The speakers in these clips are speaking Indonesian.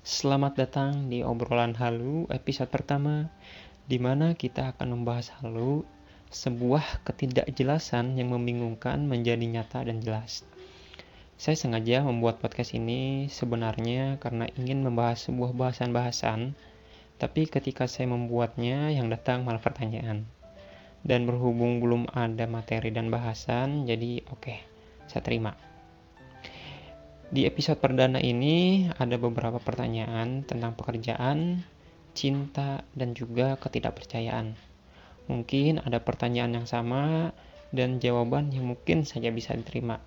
Selamat datang di obrolan halu episode pertama, di mana kita akan membahas halu, sebuah ketidakjelasan yang membingungkan menjadi nyata dan jelas. Saya sengaja membuat podcast ini sebenarnya karena ingin membahas sebuah bahasan, tapi ketika saya membuatnya yang datang malah pertanyaan. Dan berhubung belum ada materi dan bahasan, jadi oke, saya terima. Di episode perdana ini ada beberapa pertanyaan tentang pekerjaan, cinta, dan juga ketidakpercayaan. Mungkin ada pertanyaan yang sama dan jawaban yang mungkin saja bisa diterima.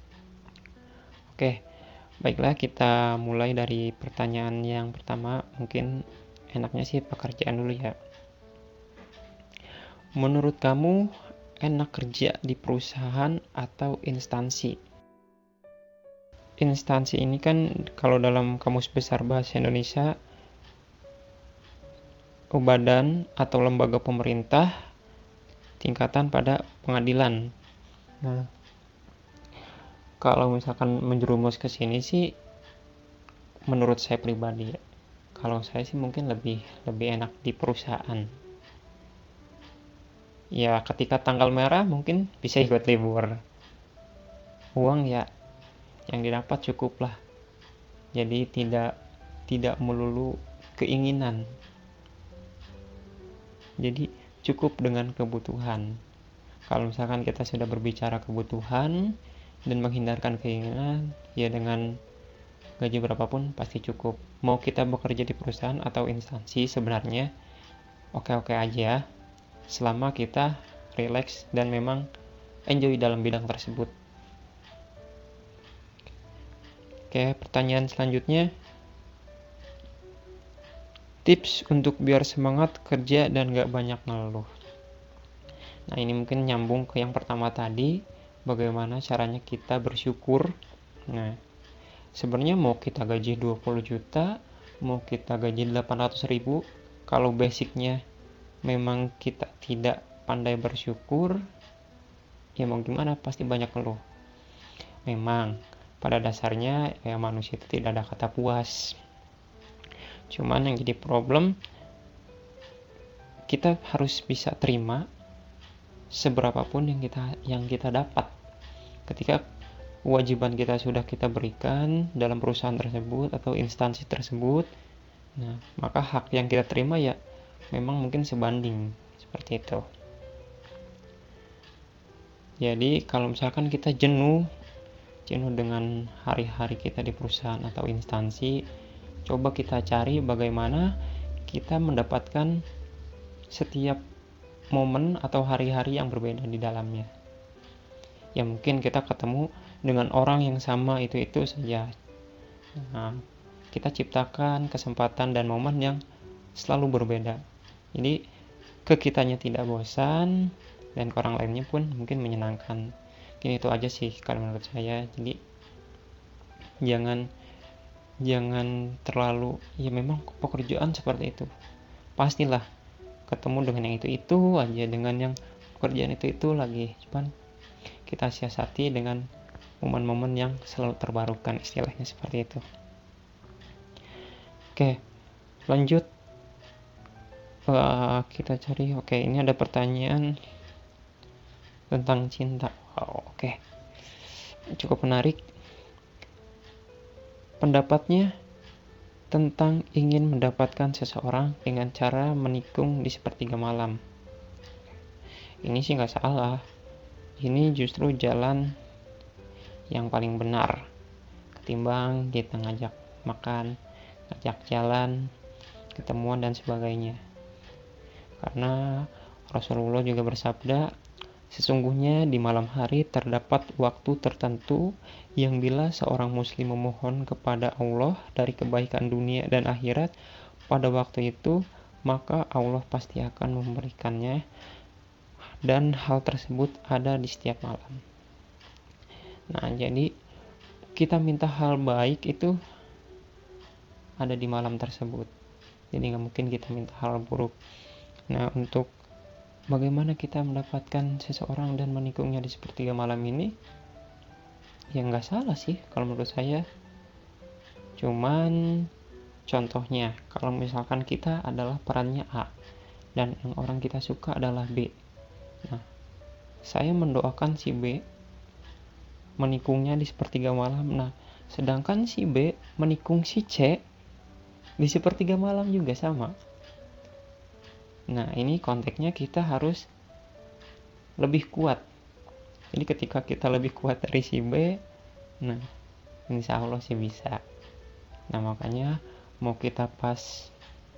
Oke, baiklah kita mulai dari pertanyaan yang pertama. Mungkin enaknya sih pekerjaan dulu ya. Menurut kamu enak kerja di perusahaan atau instansi? Instansi ini kan kalau dalam Kamus Besar Bahasa Indonesia badan atau lembaga pemerintah tingkatan pada pengadilan. Nah, kalau misalkan menjerumus ke sini sih menurut saya pribadi ya. Kalau saya sih mungkin lebih enak di perusahaan. Ya, ketika tanggal merah mungkin bisa ikut libur. Uang ya yang didapat cukup lah. Jadi tidak melulu keinginan. Jadi cukup dengan kebutuhan. Kalau misalkan kita sudah berbicara kebutuhan dan menghindarkan keinginan, ya dengan gaji berapapun pasti cukup. Mau kita bekerja di perusahaan atau instansi sebenarnya oke-oke aja selama kita relax dan memang enjoy dalam bidang tersebut. Oke, pertanyaan selanjutnya. Tips untuk biar semangat kerja dan gak banyak ngeluh. Nah, ini mungkin nyambung ke yang pertama tadi, bagaimana caranya kita bersyukur. Nah, sebenarnya mau kita gaji 20 juta, mau kita gaji 800 ribu, kalau basicnya memang kita tidak pandai bersyukur, ya mau gimana pasti banyak ngeluh. Memang pada dasarnya ya manusia itu tidak ada kata puas. Cuman yang jadi problem, kita harus bisa terima seberapapun yang kita dapat. Ketika kewajiban kita sudah kita berikan dalam perusahaan tersebut atau instansi tersebut, nah maka hak yang kita terima ya memang mungkin sebanding seperti itu. Jadi kalau misalkan kita jenuh dengan hari-hari kita di perusahaan atau instansi, coba kita cari bagaimana kita mendapatkan setiap momen atau hari-hari yang berbeda di dalamnya. Ya mungkin kita ketemu dengan orang yang sama itu saja. Nah, kita ciptakan kesempatan dan momen yang selalu berbeda. Jadi ke kitanya tidak bosan dan ke orang lainnya pun mungkin menyenangkan. Mungkin itu aja sih kalau menurut saya. Jadi jangan terlalu, ya memang pekerjaan seperti itu pastilah ketemu dengan yang itu aja, dengan yang pekerjaan itu lagi, cuman kita siasati dengan momen-momen yang selalu terbarukan, istilahnya seperti itu. Oke, lanjut. Kita cari. Oke, ini ada pertanyaan tentang cinta. Oke, cukup menarik pendapatnya tentang ingin mendapatkan seseorang dengan cara menikung di sepertiga malam. Ini sih gak salah. Ini justru jalan yang paling benar ketimbang kita ngajak makan, ngajak jalan, ketemuan dan sebagainya. Karena Rasulullah juga bersabda, sesungguhnya di malam hari terdapat waktu tertentu yang bila seorang muslim memohon kepada Allah dari kebaikan dunia dan akhirat, pada waktu itu maka Allah pasti akan memberikannya, dan hal tersebut ada di setiap malam. Nah, jadi kita minta hal baik itu ada di malam tersebut. Jadi gak mungkin kita minta hal buruk. Nah, untuk bagaimana kita mendapatkan seseorang dan menikungnya di sepertiga malam ini, ya gak salah sih kalau menurut saya. Cuman Contohnya, kalau misalkan kita adalah perannya A dan yang orang kita suka adalah B. Nah, saya mendoakan si B menikungnya di sepertiga malam. Nah, sedangkan si B menikung si C di sepertiga malam juga sama. Nah, ini konteksnya kita harus lebih kuat. Jadi ketika kita lebih kuat dari si B, nah insya Allah sih bisa. Nah, makanya mau kita pas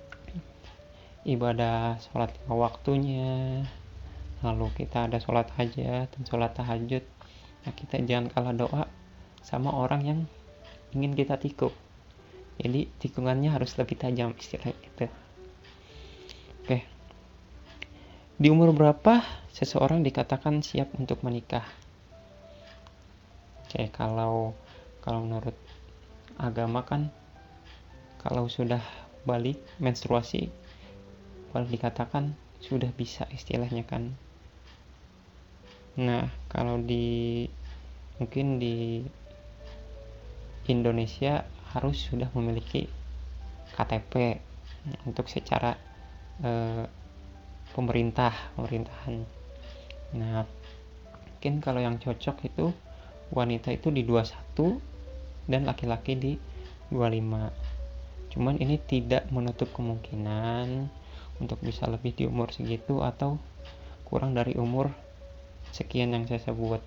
ibadah sholat 5 waktunya, lalu kita ada sholat hajat dan sholat tahajud, nah kita jangan kalah doa sama orang yang ingin kita tikuk. Jadi tikungannya harus lebih tajam, istilah itu. Oke. Di umur berapa seseorang dikatakan siap untuk menikah? Oke, kalau menurut agama kan kalau sudah balik menstruasi baru dikatakan sudah bisa, istilahnya kan. Nah, kalau mungkin di Indonesia harus sudah memiliki KTP untuk secara pemerintahan. Nah, mungkin kalau yang cocok itu wanita itu di 21 dan laki-laki di 25. Cuman ini tidak menutup kemungkinan untuk bisa lebih di umur segitu atau kurang dari umur sekian yang saya sebut.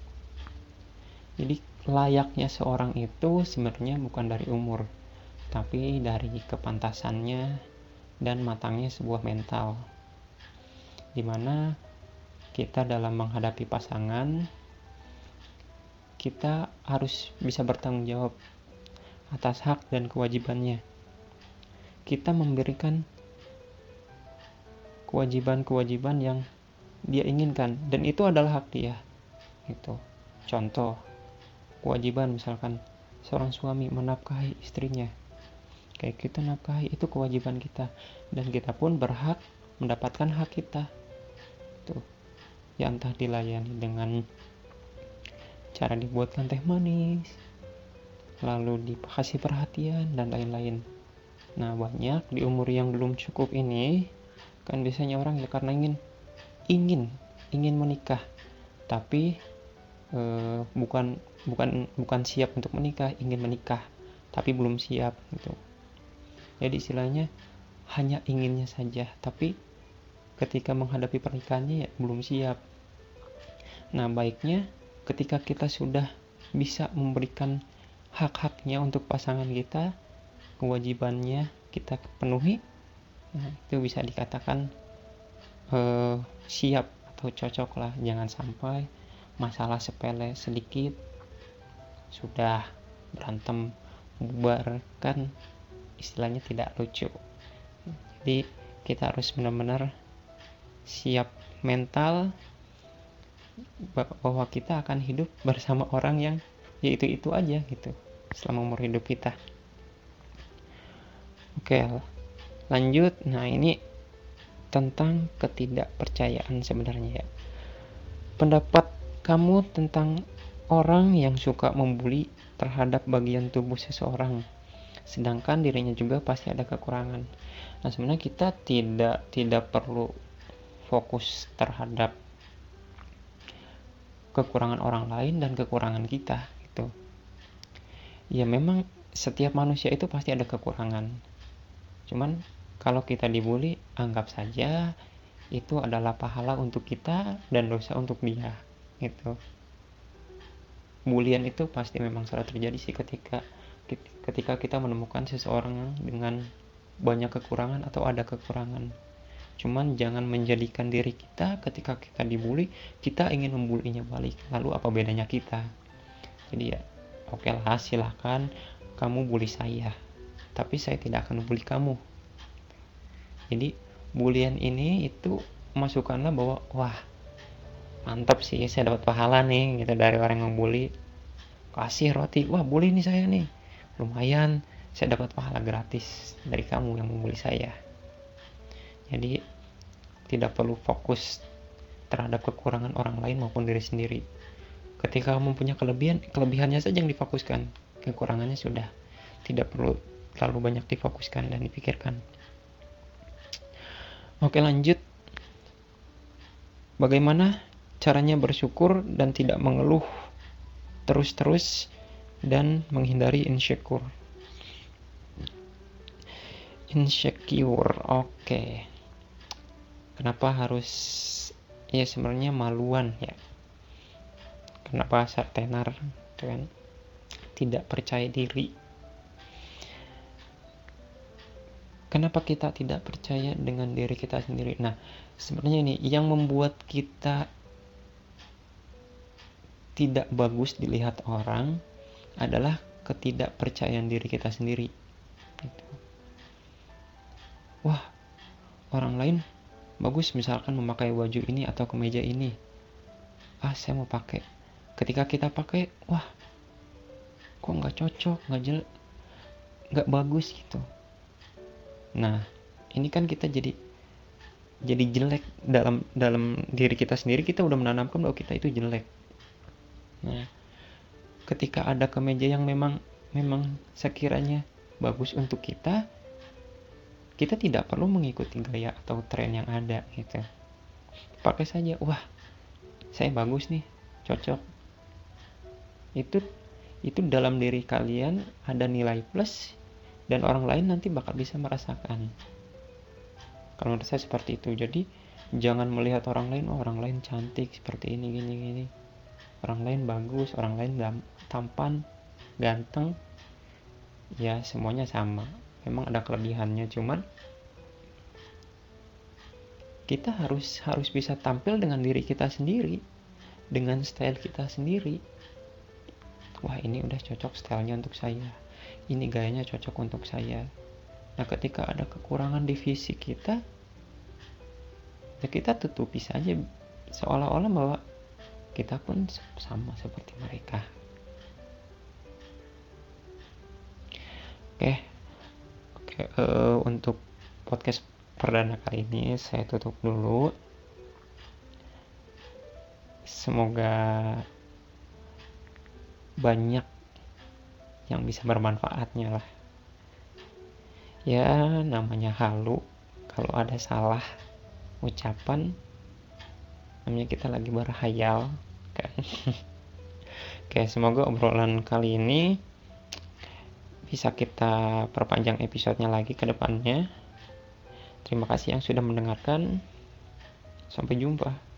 Jadi layaknya seorang itu sebenarnya bukan dari umur, tapi dari kepantasannya dan matangnya sebuah mental, dimana kita dalam menghadapi pasangan kita harus bisa bertanggung jawab atas hak dan kewajibannya. Kita memberikan kewajiban-kewajiban yang dia inginkan dan itu adalah hak dia. Itu contoh kewajiban, misalkan seorang suami menafkahi istrinya, kayak kita nafkahi, itu kewajiban kita dan kita pun berhak mendapatkan hak kita. Tuh, ya entah dilayani dengan cara dibuatkan teh manis, lalu dikasih perhatian dan lain-lain. Nah, banyak di umur yang belum cukup ini kan biasanya orang ya karena ingin menikah, tapi bukan siap untuk menikah, ingin menikah tapi belum siap gitu. Jadi istilahnya hanya inginnya saja, tapi ketika menghadapi pernikahannya ya belum siap. Nah, baiknya ketika kita sudah bisa memberikan hak-haknya untuk pasangan kita, kewajibannya kita penuhi, nah itu bisa dikatakan siap atau cocok lah. Jangan sampai masalah sepele sedikit sudah berantem, bubar, kan istilahnya tidak lucu. Jadi kita harus benar-benar siap mental bahwa kita akan hidup bersama orang yang yaitu aja gitu selama umur hidup kita. Oke, lanjut. Nah, ini tentang ketidakpercayaan sebenarnya ya. Pendapat kamu tentang orang yang suka membuli terhadap bagian tubuh seseorang, sedangkan dirinya juga pasti ada kekurangan. Nah, sebenarnya kita tidak perlu fokus terhadap kekurangan orang lain dan kekurangan kita gitu. Ya memang setiap manusia itu pasti ada kekurangan. Cuman kalau kita dibully, anggap saja itu adalah pahala untuk kita dan dosa untuk dia gitu. Bulian itu pasti memang selalu terjadi sih ketika kita menemukan seseorang dengan banyak kekurangan atau ada kekurangan. Cuman jangan menjadikan diri kita ketika kita dibully, kita ingin membulinya balik. Lalu apa bedanya kita? Jadi ya oke lah, silahkan kamu bully saya, tapi saya tidak akan bully kamu. Jadi bulian ini itu masukkanlah bahwa wah mantap sih, saya dapat pahala nih gitu dari orang yang membuli. Kasih roti, wah bully nih saya nih, lumayan saya dapat pahala gratis dari kamu yang membuli saya. Jadi tidak perlu fokus terhadap kekurangan orang lain maupun diri sendiri. Ketika kamu punya kelebihannya saja yang difokuskan, kekurangannya sudah tidak perlu terlalu banyak difokuskan dan dipikirkan. Oke, lanjut. Bagaimana caranya bersyukur dan tidak mengeluh terus-terus dan menghindari insecure. Oke. Kenapa harus, ya sebenarnya maluan ya. Kenapa tenar itu kan tidak percaya diri. Kenapa kita tidak percaya dengan diri kita sendiri? Nah, sebenarnya ini yang membuat kita tidak bagus dilihat orang adalah ketidakpercayaan diri kita sendiri. Gitu. Wah, orang lain bagus misalkan memakai baju ini atau kemeja ini. Saya mau pakai. Ketika kita pakai, wah, kok nggak cocok, nggak bagus gitu. Nah, ini kan kita jadi jelek dalam diri kita sendiri. Kita udah menanamkan bahwa kita itu jelek. Nah, ketika ada kemeja yang memang sekiranya bagus untuk kita tidak perlu mengikuti gaya atau tren yang ada gitu. Pakai saja, wah, saya bagus nih, cocok. Itu dalam diri kalian ada nilai plus dan orang lain nanti bakal bisa merasakan. Kalau menurut saya seperti itu. Jadi jangan melihat orang lain, orang lain cantik seperti ini gini. Orang lain bagus, orang lain tampan, ganteng. Ya semuanya sama. Memang ada kelebihannya, cuman kita harus bisa tampil dengan diri kita sendiri, dengan style kita sendiri. Wah, ini udah cocok stylenya untuk saya. Ini gayanya cocok untuk saya. Nah, ketika ada kekurangan di fisik kita, ya kita tutupi saja seolah-olah bahwa kita pun sama seperti mereka. Oke, untuk podcast perdana kali ini saya tutup dulu. Semoga banyak yang bisa bermanfaatnya lah. Ya namanya halu, kalau ada salah ucapan namanya kita lagi berhayal kan. Oke, semoga obrolan kali ini bisa kita perpanjang episodenya lagi ke depannya. Terima kasih yang sudah mendengarkan. Sampai jumpa.